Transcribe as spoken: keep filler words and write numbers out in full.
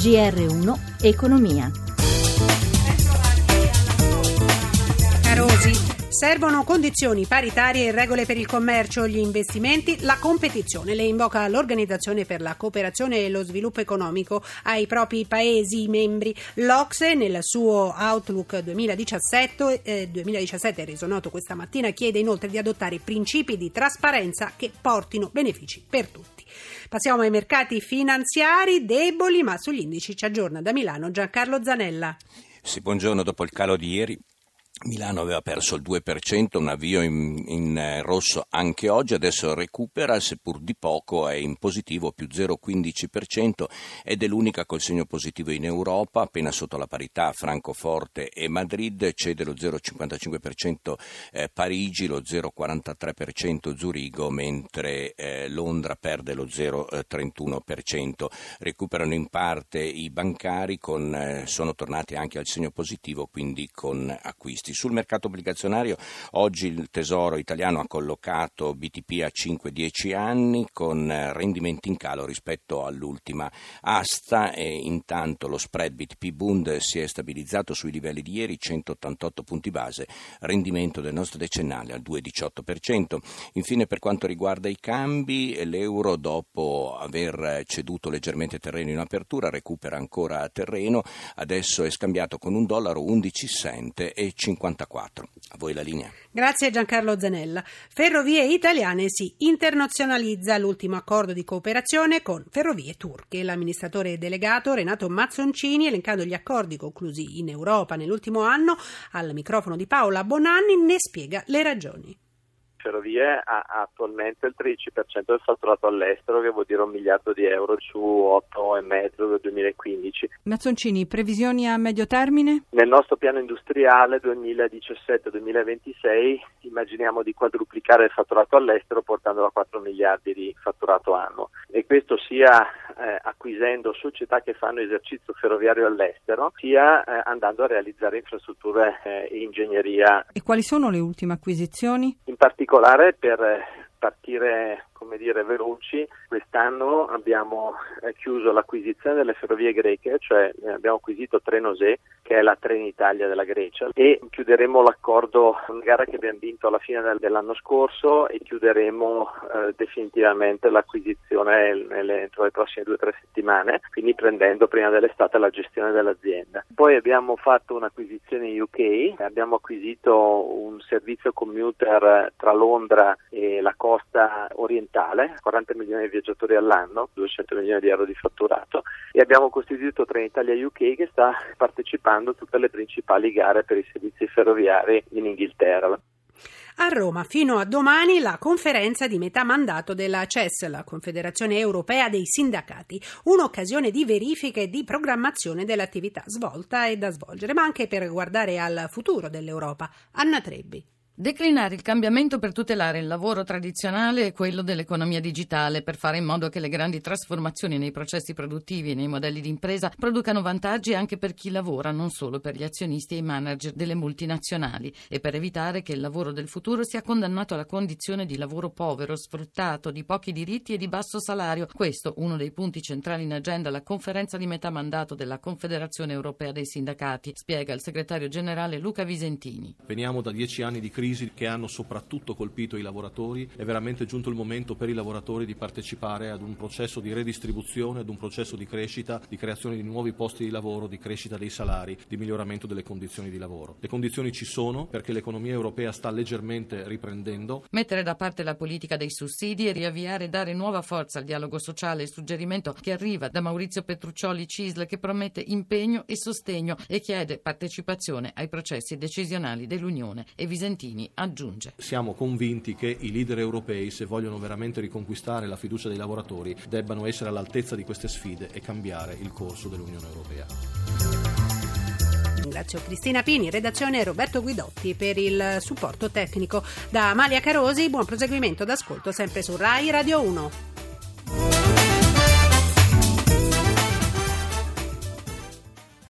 G R uno Economia. Carosi. Servono condizioni paritarie e regole per il commercio, gli investimenti, la competizione. Le invoca l'Organizzazione per la cooperazione e lo sviluppo economico ai propri Paesi membri. L'Ocse nel suo Outlook duemiladiciassette, eh, duemiladiciassette reso noto questa mattina, chiede inoltre di adottare principi di trasparenza che portino benefici per tutti. Passiamo ai mercati finanziari deboli, ma sugli indici ci aggiorna da Milano Giancarlo Zanella. Sì, buongiorno. Dopo il calo di ieri, Milano aveva perso il due per cento, un avvio in, in rosso anche oggi, adesso recupera, seppur di poco, è in positivo più zero virgola quindici per cento ed è l'unica col segno positivo in Europa, appena sotto la parità Francoforte e Madrid, cede lo zero virgola cinquantacinque per cento eh, Parigi, lo zero virgola quarantatré per cento Zurigo, mentre eh, Londra perde lo zero virgola trentuno per cento. Recuperano in parte i bancari, con, eh, sono tornati anche al segno positivo, quindi con acquisti. Sul mercato obbligazionario oggi il Tesoro italiano ha collocato B T P a cinque dieci anni con rendimenti in calo rispetto all'ultima asta, e intanto lo spread B T P Bund si è stabilizzato sui livelli di ieri, centottantotto punti base, rendimento del nostro decennale al due virgola diciotto per cento. Infine, per quanto riguarda i cambi, l'euro, dopo aver ceduto leggermente terreno in apertura, recupera ancora terreno, adesso è scambiato con un dollaro undici cent e cinquantaquattro. A voi la linea. Grazie Giancarlo Zanella. Ferrovie Italiane si internazionalizza, l'ultimo accordo di cooperazione con ferrovie turche. L'amministratore delegato Renato Mazzoncini, elencando gli accordi conclusi in Europa nell'ultimo anno, al microfono di Paola Bonanni, ne spiega le ragioni. Ferrovie ha attualmente il tredici per cento del fatturato all'estero, che vuol dire un miliardo di euro su otto e mezzo del duemilaquindici. Mazzoncini, previsioni a medio termine? Nel nostro piano industriale duemiladiciassette duemilaventisei immaginiamo di quadruplicare il fatturato all'estero, portandolo a quattro miliardi di fatturato annuo, e questo sia eh, acquisendo società che fanno esercizio ferroviario all'estero, sia eh, andando a realizzare infrastrutture eh, e ingegneria. E quali sono le ultime acquisizioni? In particolare per partire, come dire, veloci, quest'anno abbiamo chiuso l'acquisizione delle ferrovie greche, cioè abbiamo acquisito Trenose, che è la Trenitalia della Grecia, e chiuderemo l'accordo, una gara che abbiamo vinto alla fine dell'anno scorso, e chiuderemo eh, definitivamente l'acquisizione nelle, entro le prossime due o tre settimane, quindi prendendo prima dell'estate la gestione dell'azienda. Poi abbiamo fatto un'acquisizione in U K, abbiamo acquisito un servizio commuter tra Londra e la costa orientale, quaranta milioni di viaggiatori all'anno, duecento milioni di euro di fatturato, e abbiamo costituito Trenitalia U K, che sta partecipando a tutte le principali gare per i servizi ferroviari in Inghilterra. A Roma fino a domani la conferenza di metà mandato della C E S, la Confederazione Europea dei Sindacati, un'occasione di verifica e di programmazione dell'attività svolta e da svolgere, ma anche per guardare al futuro dell'Europa. Anna Trebbi. Declinare il cambiamento per tutelare il lavoro tradizionale e quello dell'economia digitale, per fare in modo che le grandi trasformazioni nei processi produttivi e nei modelli di impresa producano vantaggi anche per chi lavora, non solo per gli azionisti e i manager delle multinazionali, e per evitare che il lavoro del futuro sia condannato alla condizione di lavoro povero, sfruttato, di pochi diritti e di basso salario. Questo uno dei punti centrali in agenda alla conferenza di metà mandato della Confederazione Europea dei Sindacati, spiega il segretario generale Luca Visentini. Veniamo da dieci anni di crisi che hanno soprattutto colpito i lavoratori. È veramente giunto il momento per i lavoratori di partecipare ad un processo di redistribuzione, ad un processo di crescita, di creazione di nuovi posti di lavoro, di crescita dei salari, di miglioramento delle condizioni di lavoro. Le condizioni ci sono, perché l'economia europea sta leggermente riprendendo. Mettere da parte la politica dei sussidi e riavviare e dare nuova forza al dialogo sociale, il suggerimento che arriva da Maurizio Petruccioli C I S L, che promette impegno e sostegno e chiede partecipazione ai processi decisionali dell'Unione. E Visentini aggiunge: siamo convinti che i leader europei, se vogliono veramente riconquistare la fiducia dei lavoratori, debbano essere all'altezza di queste sfide e cambiare il corso dell'Unione Europea. Ringrazio Cristina Pini, redazione Roberto Guidotti per il supporto tecnico. Da Amalia Carosi, buon proseguimento d'ascolto sempre su Rai Radio uno.